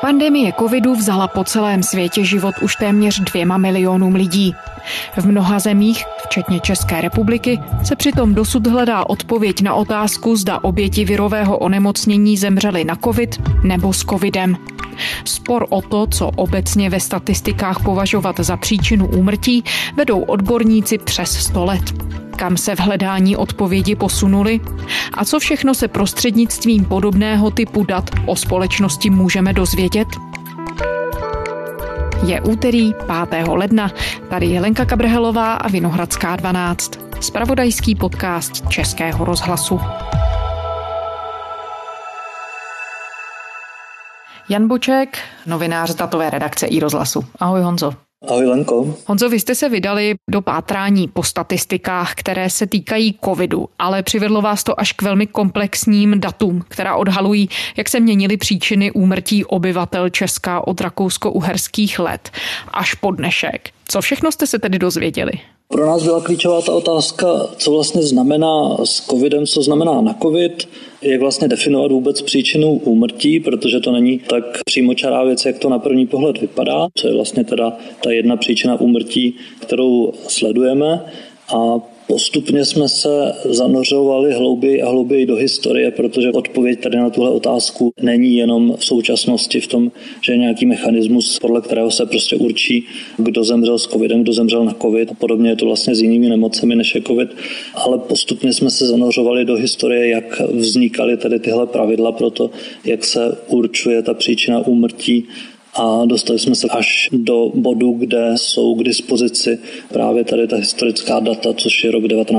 Pandemie covidu vzala po celém světě život už téměř 2 milionům lidí. V mnoha zemích, včetně České republiky, se přitom dosud hledá odpověď na otázku, zda oběti virového onemocnění zemřely na covid nebo s covidem. Spor o to, co obecně ve statistikách považovat za příčinu úmrtí, vedou odborníci přes 100 let. Kam se v hledání odpovědi posunuli? A co všechno se prostřednictvím podobného typu dat o společnosti můžeme dozvědět? Je úterý 5. ledna. Tady je Lenka Kabrhelová a Vinohradská 12. Zpravodajský podcast Českého rozhlasu. Jan Boček, novinář z datové redakce iRozhlasu. Ahoj Honzo. Ahoj Lenko. Honzo, vy jste se vydali do pátrání po statistikách, které se týkají covidu, ale přivedlo vás to až k velmi komplexním datům, která odhalují, jak se měnily příčiny úmrtí obyvatel Česka od rakousko-uherských let až po dnešek. Co všechno jste se tedy dozvěděli? Pro nás byla klíčová ta otázka, co vlastně znamená s covidem, co znamená na covid, jak vlastně definovat vůbec příčinu úmrtí, protože to není tak přímočará věc, jak to na první pohled vypadá, co je vlastně teda ta jedna příčina úmrtí, kterou sledujeme, a postupně jsme se zanořovali hlouběji a hlouběji do historie, protože odpověď tady na tuhle otázku není jenom v současnosti v tom, že je nějaký mechanismus, podle kterého se prostě určí, kdo zemřel s covidem, kdo zemřel na covid. A podobně je to vlastně s jinými nemocemi, než je covid. Ale postupně jsme se zanořovali do historie, jak vznikaly tady tyhle pravidla pro to, jak se určuje ta příčina úmrtí. A dostali jsme se až do bodu, kde jsou k dispozici právě tady ta historická data, což je rok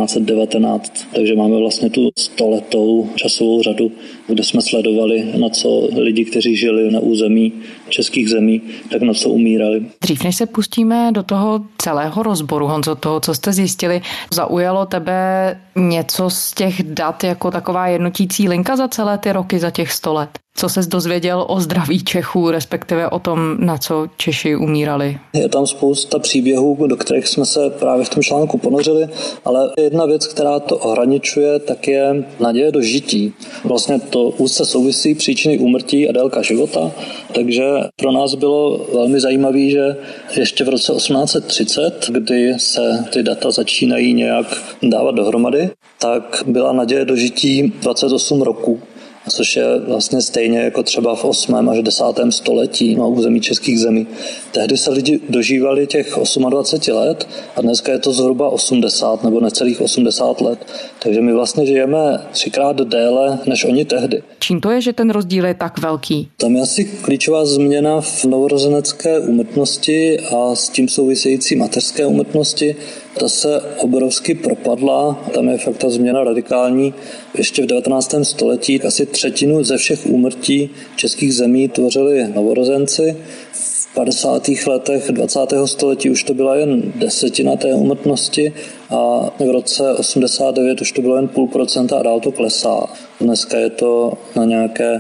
1919. Takže máme vlastně tu 100letou časovou řadu, kde jsme sledovali, na co lidi, kteří žili na území českých zemí, tak na co umírali. Dřív než se pustíme do toho celého rozboru, Honzo, toho, co jste zjistili, zaujalo tebe něco z těch dat jako taková jednotící linka za celé ty roky, za těch 100 let? Co ses dozvěděl o zdraví Čechů, respektive o tom, na co Češi umírali? Je tam spousta příběhů, do kterých jsme se právě v tom článku ponořili, ale jedna věc, která to ohraničuje, tak je naděje do žití. Vlastně to úzce souvisí příčiny úmrtí a délka života, takže pro nás bylo velmi zajímavé, že ještě v roce 1830, kdy se ty data začínají nějak dávat dohromady, tak byla naděje do žití 28 roků. Což je vlastně stejně jako třeba v 8. až 10. století na území českých zemí. Tehdy se lidi dožívali těch 28 let a dneska je to zhruba 80 nebo necelých 80 let. Takže my vlastně žijeme 3krát déle než oni tehdy. Čím to je, že ten rozdíl je tak velký? Tam je asi klíčová změna v novorozenecké úmrtnosti a s tím související mateřské úmrtnosti. Ta se obrovsky propadla, tam je fakt ta změna radikální. Ještě v 19. století asi 1/3 ze všech úmrtí českých zemí tvořili novorozenci. V 50. letech 20. století už to byla jen 1/10 té úmrtnosti a v roce 89 už to bylo jen 0,5% a dál to klesá. Dneska je to na nějaké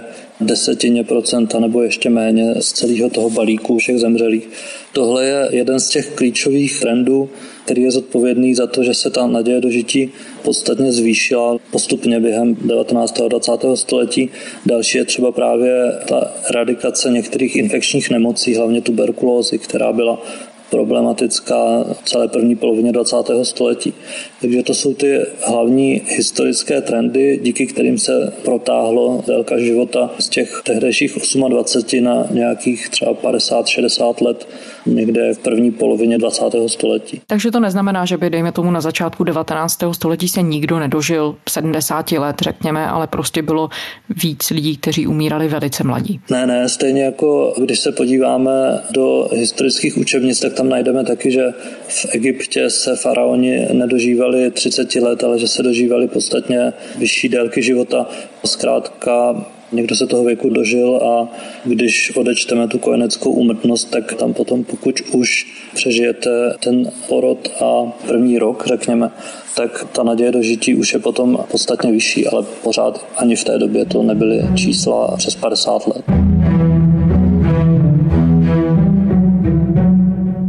0,1% nebo ještě méně z celého toho balíku všech zemřelých. Tohle je jeden z těch klíčových trendů, který je zodpovědný za to, že se ta naděje do žití podstatně zvýšila postupně během 19. a 20. století. Další je třeba právě ta eradikace některých infekčních nemocí, hlavně tuberkulózy, která byla problematická v celé první polovině 20. století. Takže to jsou ty hlavní historické trendy, díky kterým se protáhlo délka života z těch tehdejších 28 na nějakých třeba 50-60 let někde v první polovině 20. století. Takže to neznamená, že by, dejme tomu, na začátku 19. století se nikdo nedožil 70 let, řekněme, ale prostě bylo víc lidí, kteří umírali velice mladí. Ne, stejně jako když se podíváme do historických učebnic, tak tam najdeme taky, že v Egyptě se faraoni nedožívali 30 let, ale že se dožívali podstatně vyšší délky života. Zkrátka někdo se toho věku dožil a když odečteme tu kojeneckou úmrtnost, tak tam potom, pokud už přežijete ten porod a první rok, řekněme, tak ta naděje do žití už je potom podstatně vyšší, ale pořád ani v té době to nebyly čísla přes 50 let.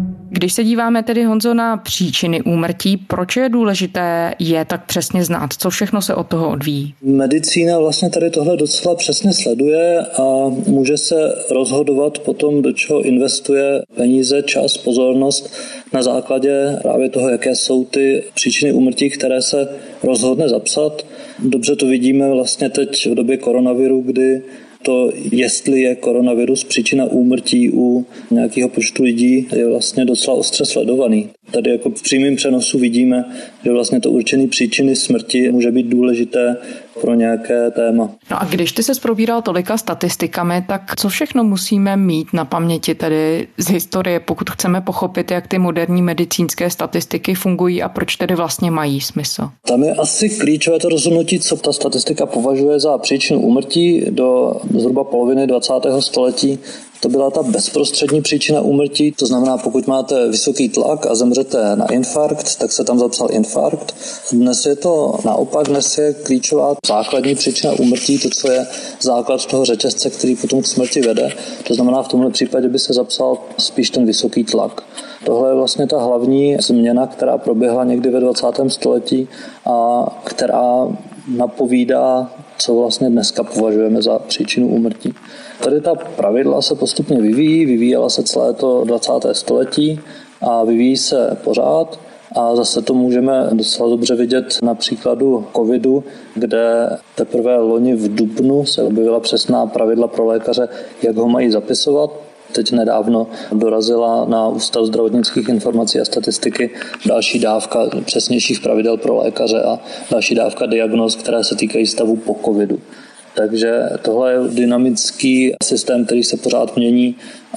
Když se díváme tedy, Honzo, na příčiny úmrtí, proč je důležité je tak přesně znát? Co všechno se od toho odvíjí? Medicína vlastně tady tohle docela přesně sleduje a může se rozhodovat potom, do čeho investuje peníze, čas, pozornost na základě právě toho, jaké jsou ty příčiny úmrtí, které se rozhodne zapsat. Dobře to vidíme vlastně teď v době koronaviru, kdy to, jestli je koronavirus příčina úmrtí u nějakého počtu lidí, je vlastně docela ostře sledovaný. Tady jako v přímém přenosu vidíme, že vlastně to určení příčiny smrti může být důležité pro nějaké téma. No a když ty ses probíral tolika statistikami, tak co všechno musíme mít na paměti tedy z historie, pokud chceme pochopit, jak ty moderní medicínské statistiky fungují a proč tedy vlastně mají smysl? Tam je asi klíčové to rozhodnutí, co ta statistika považuje za příčinu úmrtí. Do zhruba poloviny 20. století to byla ta bezprostřední příčina úmrtí, to znamená, pokud máte vysoký tlak a zemřete na infarkt, tak se tam zapsal infarkt. Dnes je to naopak, dnes je klíčová základní příčina úmrtí, to, co je základ toho řetězce, který potom k smrti vede. To znamená, v tomhle případě by se zapsal spíš ten vysoký tlak. Tohle je vlastně ta hlavní změna, která proběhla někdy ve 20. století a která napovídá, co vlastně dneska považujeme za příčinu úmrtí. Tady ta pravidla se postupně vyvíjela se celé to 20. století a vyvíjí se pořád a zase to můžeme docela dobře vidět na příkladu covidu, kde teprve loni v dubnu se objevila přesná pravidla pro lékaře, jak ho mají zapisovat. Teď nedávno dorazila na Ústav zdravotnických informací a statistiky další dávka přesnějších pravidel pro lékaře a další dávka diagnóz, které se týkají stavu po covidu. Takže tohle je dynamický systém, který se pořád mění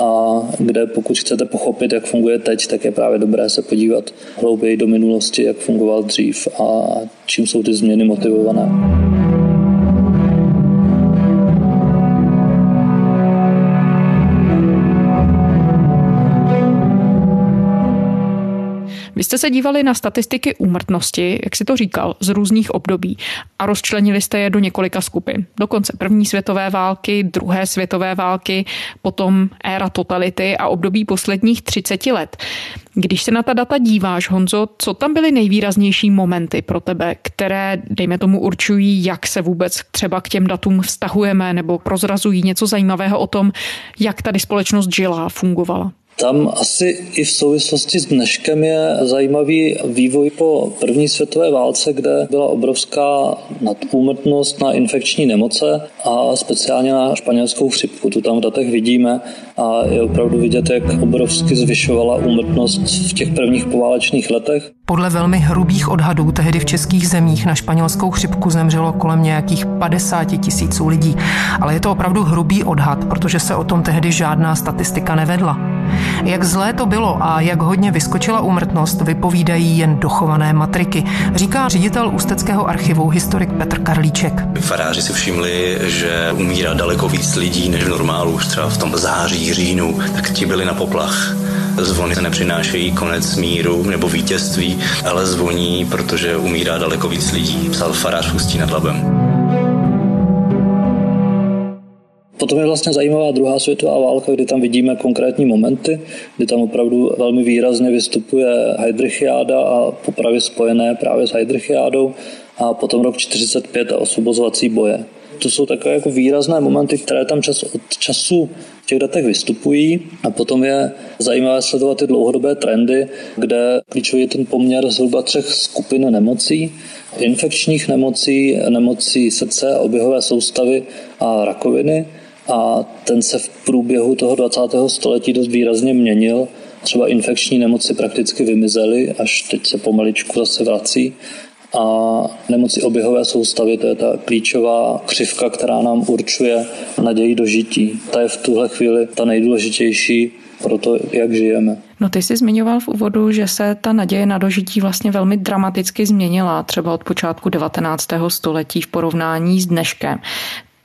a kde pokud chcete pochopit, jak funguje teď, tak je právě dobré se podívat hlouběji do minulosti, jak fungoval dřív a čím jsou ty změny motivované. Vy jste se dívali na statistiky úmrtnosti, jak si to říkal, z různých období a rozčlenili jste je do několika skupin. Dokonce první světové války, druhé světové války, potom éra totality a období posledních 30 let. Když se na ta data díváš, Honzo, co tam byly nejvýraznější momenty pro tebe, které, dejme tomu, určují, jak se vůbec třeba k těm datům vztahujeme nebo prozrazují něco zajímavého o tom, jak tady společnost žila a fungovala? Tam asi i v souvislosti s dneškem je zajímavý vývoj po první světové válce, kde byla obrovská nadúmrtnost na infekční nemoce a speciálně na španělskou chřipku. Tu tam v datech vidíme a je opravdu vidět, jak obrovsky zvyšovala úmrtnost v těch prvních poválečných letech. Podle velmi hrubých odhadů tehdy v českých zemích na španělskou chřipku zemřelo kolem nějakých 50 000 lidí. Ale je to opravdu hrubý odhad, protože se o tom tehdy žádná statistika nevedla. Jak zlé to bylo a jak hodně vyskočila úmrtnost, vypovídají jen dochované matriky, říká ředitel Ústeckého archivu historik Petr Karlíček. Faráři si všimli, že umírá daleko víc lidí než v normálu, už třeba v tom září, říjnu, tak ti byli na poplach. Zvony se nepřinášejí konec míru nebo vítězství, ale zvoní, protože umírá daleko víc lidí, psal farář v Ústí nad Labem. Potom je vlastně zajímavá druhá světová válka, kdy tam vidíme konkrétní momenty, kdy tam opravdu velmi výrazně vystupuje Heydrichiáda a popravy spojené právě s Heydrichiádou a potom rok 1945 a osvobozovací boje. To jsou takové jako výrazné momenty, které tam čas od času v těch datech vystupují a potom je zajímavé sledovat ty dlouhodobé trendy, kde klíčový je ten poměr zhruba 3 skupin nemocí, infekčních nemocí, nemocí srdce a oběhové soustavy a rakoviny. A ten se v průběhu toho 20. století dost výrazně měnil. Třeba infekční nemoci prakticky vymizely, až teď se pomaličku zase vrací. A nemoci oběhové soustavy, to je ta klíčová křivka, která nám určuje naději do žití. Ta je v tuhle chvíli ta nejdůležitější pro to, jak žijeme. No ty jsi zmiňoval v úvodu, že se ta naděje na dožití vlastně velmi dramaticky změnila, třeba od počátku 19. století v porovnání s dneškem.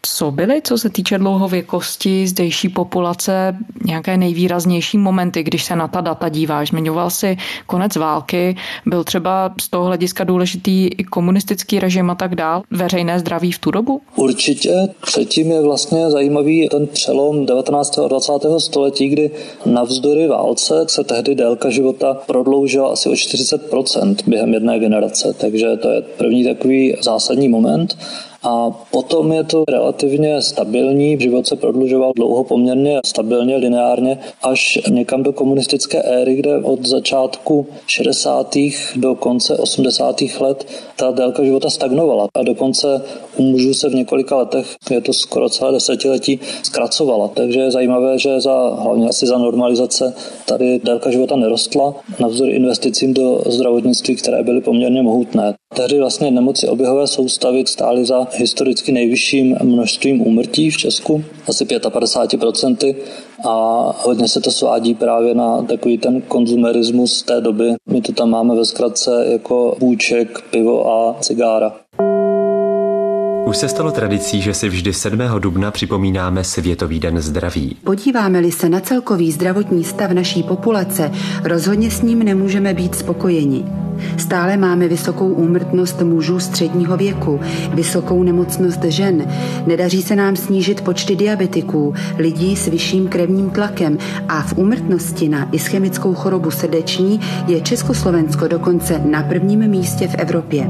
Co byly, co se týče dlouhověkosti zdejší populace, nějaké nejvýraznější momenty, když se na ta data díváš? Zmiňoval si konec války, byl třeba z toho hlediska důležitý i komunistický režim a tak dál, veřejné zdraví v tu dobu? Určitě. Předtím je vlastně zajímavý ten přelom 19. a 20. století, kdy navzdory válce se tehdy délka života prodloužila asi o 40% během jedné generace, takže to je první takový zásadní moment. A potom je to relativně stabilní, život se prodlužoval dlouho poměrně stabilně, lineárně, až někam do komunistické éry, kde od začátku 60. do konce 80. let ta délka života stagnovala a dokonce u mužů se v několika letech, je to skoro celé desetiletí, zkracovala. Takže je zajímavé, že hlavně asi za normalizace tady délka života nerostla, navzdory investicím do zdravotnictví, které byly poměrně mohutné. Tehdy vlastně nemoci oběhové soustavy stály za historicky nejvyšším množstvím úmrtí v Česku, asi 55%, a hodně se to svádí právě na takový ten konzumerismus té doby. My to tam máme ve zkratce jako bůček, pivo a cigára. Už se stalo tradicí, že si vždy 7. dubna připomínáme Světový den zdraví. Podíváme-li se na celkový zdravotní stav naší populace, rozhodně s ním nemůžeme být spokojeni. Stále máme vysokou úmrtnost mužů středního věku, vysokou nemocnost žen. Nedaří se nám snížit počty diabetiků, lidí s vyšším krevním tlakem a v úmrtnosti na ischemickou chorobu srdeční je Československo dokonce na prvním místě v Evropě.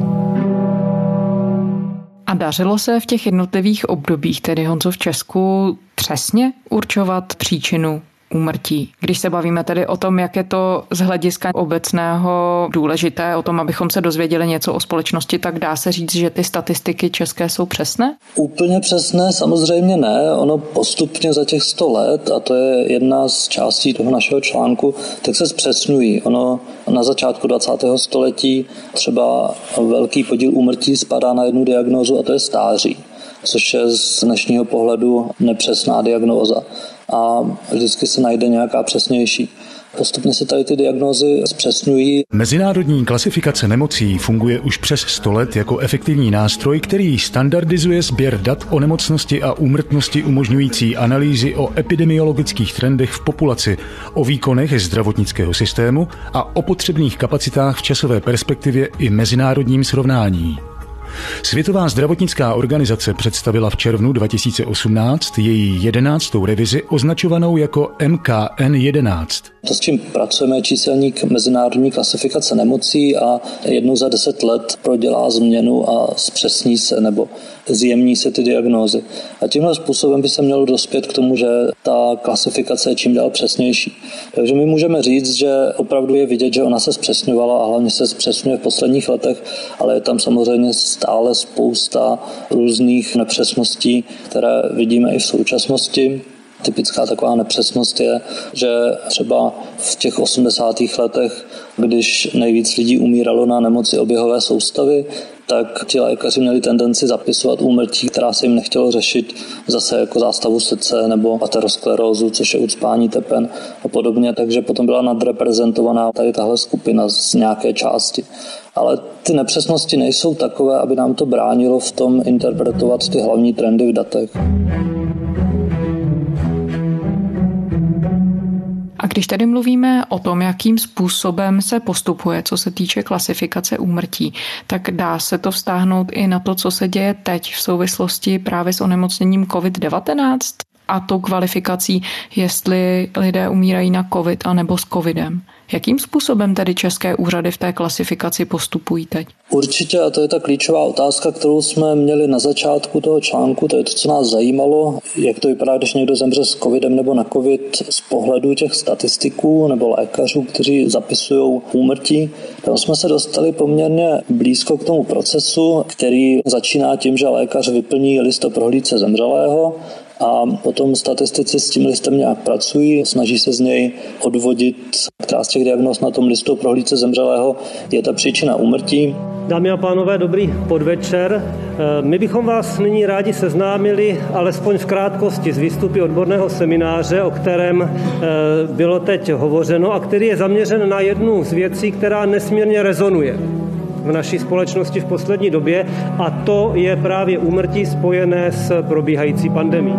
A dařilo se v těch jednotlivých obdobích, tedy Honzo, v Česku, přesně určovat příčinu úmrtí? Když se bavíme tedy o tom, jak je to z hlediska obecného důležité, o tom, abychom se dozvěděli něco o společnosti, tak dá se říct, že ty statistiky české jsou přesné? Úplně přesné samozřejmě ne. Ono postupně za těch 100 let, a to je jedna z částí toho našeho článku, tak se zpřesňují. Ono na začátku 20. století třeba velký podíl úmrtí spadá na jednu diagnózu, a to je stáří, což je z dnešního pohledu nepřesná diagnóza. A vždycky se najde nějaká přesnější. Postupně se tady ty diagnózy zpřesňují. Mezinárodní klasifikace nemocí funguje už přes 100 let jako efektivní nástroj, který standardizuje sběr dat o nemocnosti a úmrtnosti umožňující analýzy o epidemiologických trendech v populaci, o výkonech zdravotnického systému a o potřebných kapacitách v časové perspektivě i mezinárodním srovnání. Světová zdravotnická organizace představila v červnu 2018 její 11. revizi označovanou jako MKN11. To, s čím pracujeme, je číselník mezinárodní klasifikace nemocí a jednou za 10 let prodělá změnu a zpřesní se nebo zjemní se ty diagnózy. A tímhle způsobem by se mělo dospět k tomu, že ta klasifikace je čím dál přesnější. Takže my můžeme říct, že opravdu je vidět, že ona se zpřesňovala a hlavně se zpřesňuje v posledních letech, ale je tam samozřejmě stále spousta různých nepřesností, které vidíme i v současnosti. Typická taková nepřesnost je, že třeba v těch 80. letech, když nejvíc lidí umíralo na nemoci oběhové soustavy, tak ti lékaři měli tendenci zapisovat úmrtí, která se jim nechtělo řešit, zase jako zástavu srdce nebo aterosklerózu, což je ucpání tepen a podobně, takže potom byla nadreprezentovaná tady tahle skupina z nějaké části. Ale ty nepřesnosti nejsou takové, aby nám to bránilo v tom interpretovat ty hlavní trendy v datech. A když tady mluvíme o tom, jakým způsobem se postupuje, co se týče klasifikace úmrtí, tak dá se to vztáhnout i na to, co se děje teď v souvislosti právě s onemocněním COVID-19 a tou kvalifikací, jestli lidé umírají na COVID a nebo s COVIDem. Jakým způsobem tedy české úřady v té klasifikaci postupují teď? Určitě, a to je ta klíčová otázka, kterou jsme měli na začátku toho článku, to je to, co nás zajímalo, jak to vypadá, když někdo zemře s covidem nebo na covid z pohledu těch statistiků nebo lékařů, kteří zapisují úmrtí. Tam jsme se dostali poměrně blízko k tomu procesu, který začíná tím, že lékař vyplní list o prohlídce zemřelého, a potom statistici s tím listem nějak pracují, snaží se z něj odvodit, která z těch diagnóz na tom listu o prohlídce zemřelého je ta příčina úmrtí. Dámy a pánové, dobrý podvečer. My bychom vás nyní rádi seznámili alespoň v krátkosti z výstupy odborného semináře, o kterém bylo teď hovořeno a který je zaměřen na jednu z věcí, která nesmírně rezonuje. v naší společnosti v poslední době a to je právě úmrtí spojené s probíhající pandemií.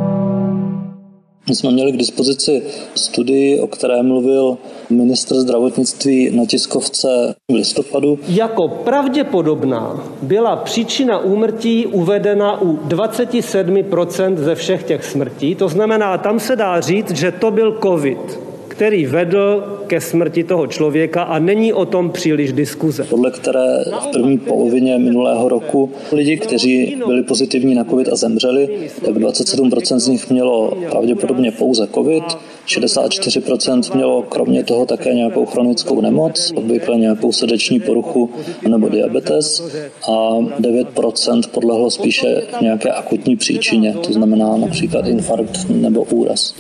My jsme měli k dispozici studii, o které mluvil ministr zdravotnictví na tiskovce v listopadu. Jako pravděpodobná byla příčina úmrtí uvedena u 27% ze všech těch smrtí. To znamená, tam se dá říct, že to byl COVID, který vedl ke smrti toho člověka a není o tom příliš diskuze. Podle které v první polovině minulého roku lidi, kteří byli pozitivní na COVID a zemřeli, tak 27% z nich mělo pravděpodobně pouze COVID, 64% mělo kromě toho také nějakou chronickou nemoc, obvykle nějakou srdeční poruchu nebo diabetes a 9% podlehlo spíše nějaké akutní příčině, to znamená například infarkt nebo úraz.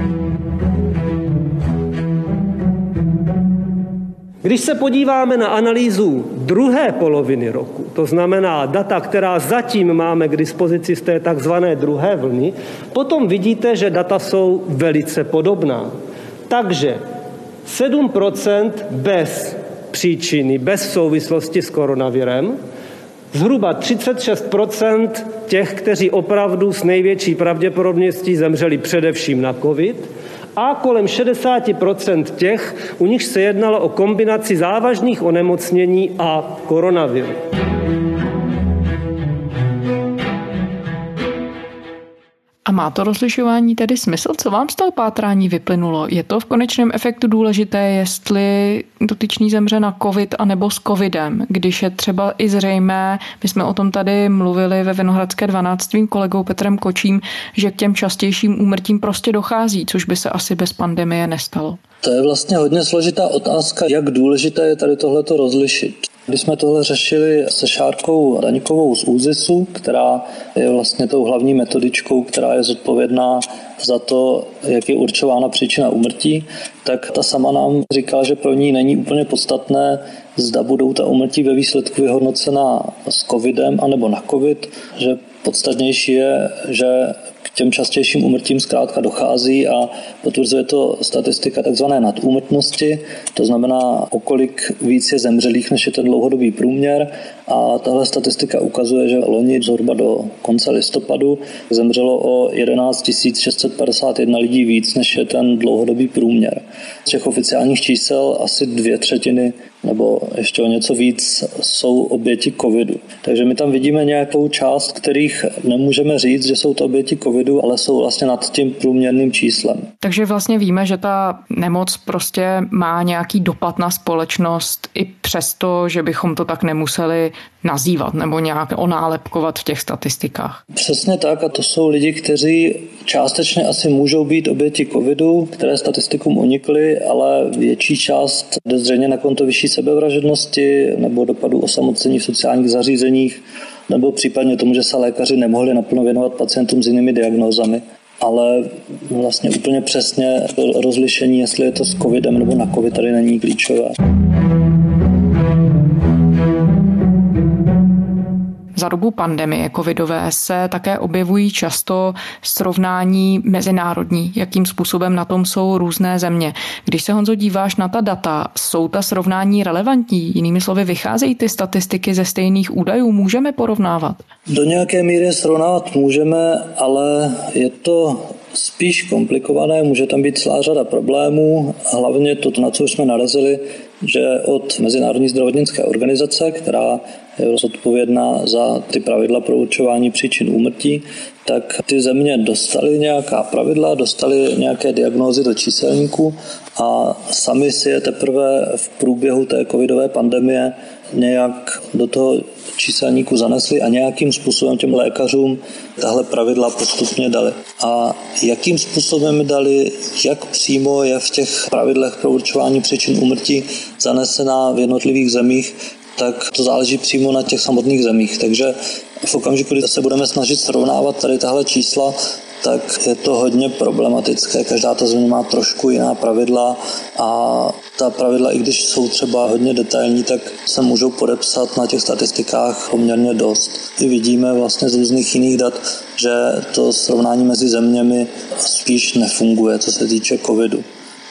Když se podíváme na analýzu druhé poloviny roku, to znamená data, která zatím máme k dispozici z té takzvané druhé vlny, potom vidíte, že data jsou velice podobná. Takže 7% bez příčiny, bez souvislosti s koronavirem, zhruba 36% těch, kteří opravdu s největší pravděpodobností zemřeli především na COVID, a kolem 60% těch, u nich se jednalo o kombinaci závažných onemocnění a koronaviru. A má to rozlišování tedy smysl? Co vám z toho pátrání vyplynulo? Je to v konečném efektu důležité, jestli dotyčný zemře na covid anebo s covidem? Když je třeba i zřejmé, my jsme o tom tady mluvili ve Vinohradské 12 s tvým kolegou Petrem Kočím, že k těm častějším úmrtím prostě dochází, což by se asi bez pandemie nestalo. To je vlastně hodně složitá otázka, jak důležité je tady tohleto rozlišit. Když jsme tohle řešili se Šárkou Daňkovou z ÚZISu, která je vlastně tou hlavní metodičkou, která je zodpovědná za to, jak je určována příčina úmrtí, tak ta sama nám říkala, že pro ní není úplně podstatné, zda budou ta úmrtí ve výsledku vyhodnocena s covidem anebo na covid, že podstatnější je, že k těm častějším úmrtím zkrátka dochází a potvrzuje to statistika takzvané nadúmrtnosti, to znamená, o kolik víc je zemřelých, než je ten dlouhodobý průměr. A tahle statistika ukazuje, že loni zhruba do konce listopadu zemřelo o 11 651 lidí víc, než je ten dlouhodobý průměr. Z těch oficiálních čísel asi 2/3 nebo ještě o něco víc jsou oběti covidu. Takže my tam vidíme nějakou část, kterých nemůžeme říct, že jsou to oběti covidu, ale jsou vlastně nad tím průměrným číslem. Takže vlastně víme, že ta nemoc prostě má nějaký dopad na společnost i přesto, že bychom to tak nemuseli nazývat nebo nějak onálepkovat v těch statistikách. Přesně tak a to jsou lidi, kteří částečně asi můžou být oběti covidu, které statistikům unikly, ale větší část jde zřejmě na konto vyšší sebevražednosti nebo dopadu osamocení v sociálních zařízeních nebo případně tomu, že se lékaři nemohli naplno věnovat pacientům s jinými diagnózami. Ale vlastně úplně přesně rozlišení, jestli je to s covidem nebo na covid, tady není klíčové. Za dobu pandemie covidové se také objevují často srovnání mezinárodní, jakým způsobem na tom jsou různé země. Když se, Honzo, díváš na ta data, jsou ta srovnání relevantní? Jinými slovy, vycházejí ty statistiky ze stejných údajů? Můžeme porovnávat? Do nějaké míry srovnávat můžeme, ale je to spíš komplikované, může tam být celá řada problémů, hlavně to, na co jsme narazili, že od Mezinárodní zdravotnické organizace, která je zodpovědná za ty pravidla pro určování příčin úmrtí, tak ty země dostaly nějaká pravidla, dostaly nějaké diagnózy do číselníku a sami si je teprve v průběhu té covidové pandemie nějak do toho číselníku zanesli a nějakým způsobem těm lékařům tahle pravidla postupně dali. A jakým způsobem dali, jak přímo je v těch pravidlech pro určování příčin úmrtí zanesená v jednotlivých zemích, tak to záleží přímo na těch samotných zemích. Takže v okamžiku, kdy se budeme snažit srovnávat tady tahle čísla, tak je to hodně problematické. Každá ta země má trošku jiná pravidla a ta pravidla, i když jsou třeba hodně detailní, tak se můžou podepsat na těch statistikách poměrně dost. I vidíme vlastně z různých jiných dat, že to srovnání mezi zeměmi spíš nefunguje, co se týče covidu.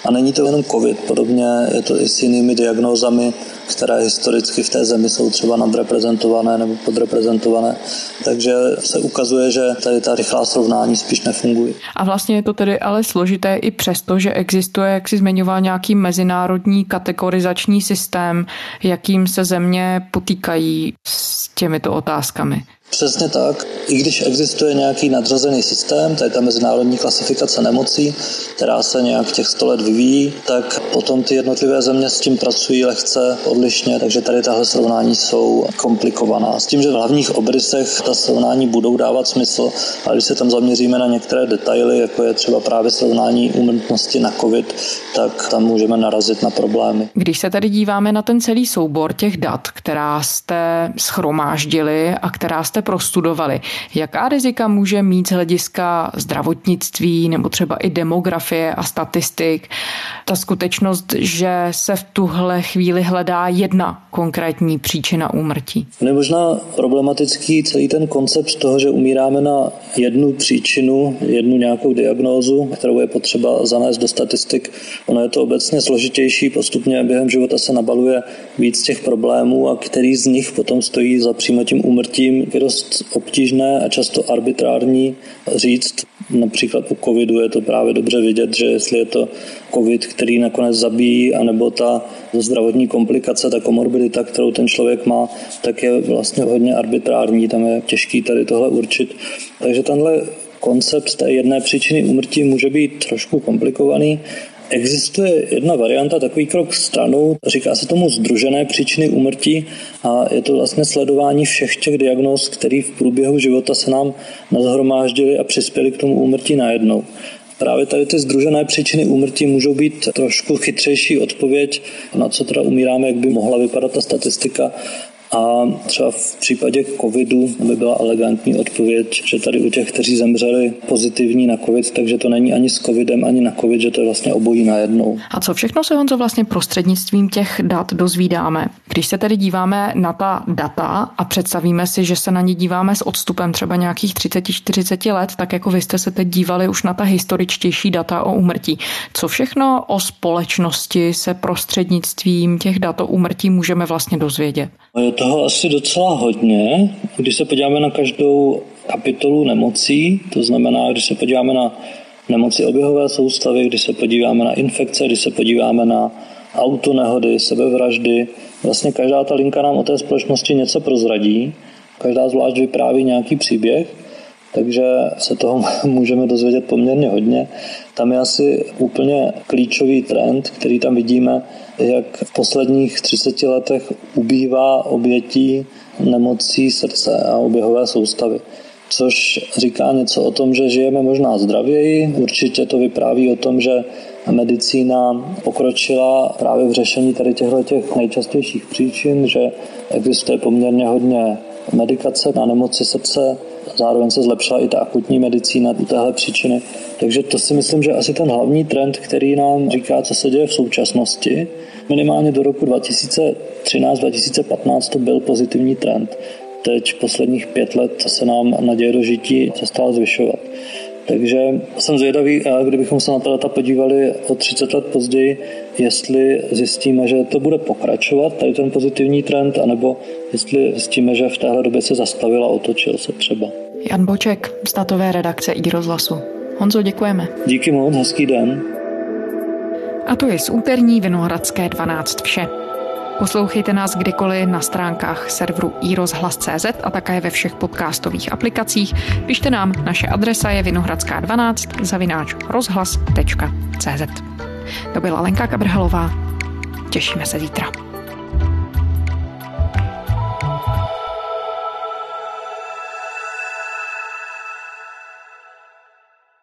A není to jenom covid, podobně je to i s jinými diagnózami, které historicky v té zemi jsou třeba nadreprezentované nebo podreprezentované. Takže se ukazuje, že tady ta rychlá srovnání spíš nefungují. A vlastně je to tedy ale složité i přesto, že existuje, jak si zmiňoval, nějaký mezinárodní kategorizační systém, jakým se země potýkají s těmito otázkami. Přesně tak. I když existuje nějaký nadřazený systém, to je ta mezinárodní klasifikace nemocí, která se nějak těch 100 let vyvíjí, tak potom ty jednotlivé země s tím pracují lehce odlišně, takže tady tahle srovnání jsou komplikovaná. S tím, že v hlavních obrysech ta srovnání budou dávat smysl, ale když se tam zaměříme na některé detaily, jako je třeba právě srovnání úmrtnosti na COVID, tak tam můžeme narazit na problémy. Když se tady díváme na ten celý soubor těch dat, která jste shromáždili a která jste prostudovali, jaká rizika může mít z hlediska zdravotnictví nebo třeba i demografie a statistik ta skutečnost, že se v tuhle chvíli hledá jedna konkrétní příčina úmrtí? Je možná problematický celý ten koncept toho, že umíráme na jednu příčinu, jednu nějakou diagnózu, kterou je potřeba zanést do statistik. Ono je to obecně složitější, postupně během života se nabaluje víc těch problémů a který z nich potom stojí za přímo tím úmrtím. Je dost obtížné a často arbitrární říct. Například u covidu je to právě dobře vidět, že jestli je to covid, který nakonec zabíjí, anebo ta zdravotní komplikace, ta komorbidita, kterou ten člověk má, tak je vlastně hodně arbitrární, tam je těžký tady tohle určit. Takže tenhle koncept té jedné příčiny úmrtí může být trošku komplikovaný. Existuje jedna varianta, takový krok stranou, říká se tomu sdružené příčiny úmrtí a je to vlastně sledování všech těch diagnóz, které v průběhu života se nám nashromáždily a přispěly k tomu úmrtí najednou. Právě tady ty sdružené příčiny úmrtí můžou být trošku chytřejší odpověď, na co teda umíráme, jak by mohla vypadat ta statistika. A třeba v případě covidu by byla elegantní odpověď, že tady u těch, kteří zemřeli pozitivní na covid, takže to není ani s covidem, ani na covid, že to je vlastně obojí najednou. A co všechno se, Honzo, vlastně prostřednictvím těch dat dozvídáme? Když se tedy díváme na ta data a představíme si, že se na ně díváme s odstupem třeba nějakých 30-40 let, tak jako vy jste se teď dívali už na ta historičtější data o úmrtí. Co všechno o společnosti se prostřednictvím těch dat o úmrtí můžeme vlastně dozvědět? Je toho asi docela hodně. Když se podíváme na každou kapitolu nemocí, to znamená, když se podíváme na nemoci oběhové soustavy, když se podíváme na infekce, když se podíváme na autonehody, sebevraždy, vlastně každá ta linka nám o té společnosti něco prozradí, každá zvlášť vypráví nějaký příběh, takže se toho můžeme dozvědět poměrně hodně. Tam je asi úplně klíčový trend, který tam vidíme, jak v posledních 30 letech ubývá obětí nemocí srdce a oběhové soustavy. Což říká něco o tom, že žijeme možná zdravěji. Určitě to vypráví o tom, že medicína pokročila právě v řešení tady těchto nejčastějších příčin, že existuje poměrně hodně medikace na nemoci srdce, zároveň se zlepšila i ta akutní medicína u téhle příčiny. Takže to si myslím, že asi ten hlavní trend, který nám říká, co se děje v současnosti. Minimálně do roku 2013-2015 to byl pozitivní trend. Teď posledních 5 let se nám naděje dožití přestala zvyšovat. Takže jsem zvědavý, kdybychom se na ta data podívali o 30 let později, jestli zjistíme, že to bude pokračovat, tady ten pozitivní trend, anebo jestli zjistíme, že v téhle době se zastavil a otočil se třeba. Jan Boček z datové redakce iRozhlasu. Honzo, děkujeme. Díky moc, hezký den. A to je z úterní Vinohradské 12 vše. Poslouchejte nás kdykoliv na stránkách serveru iRozhlas.cz a také ve všech podcastových aplikacích. Pište nám, naše adresa je vinohradská12@rozhlas.cz. To byla Lenka Kabrhalová. Těšíme se zítra.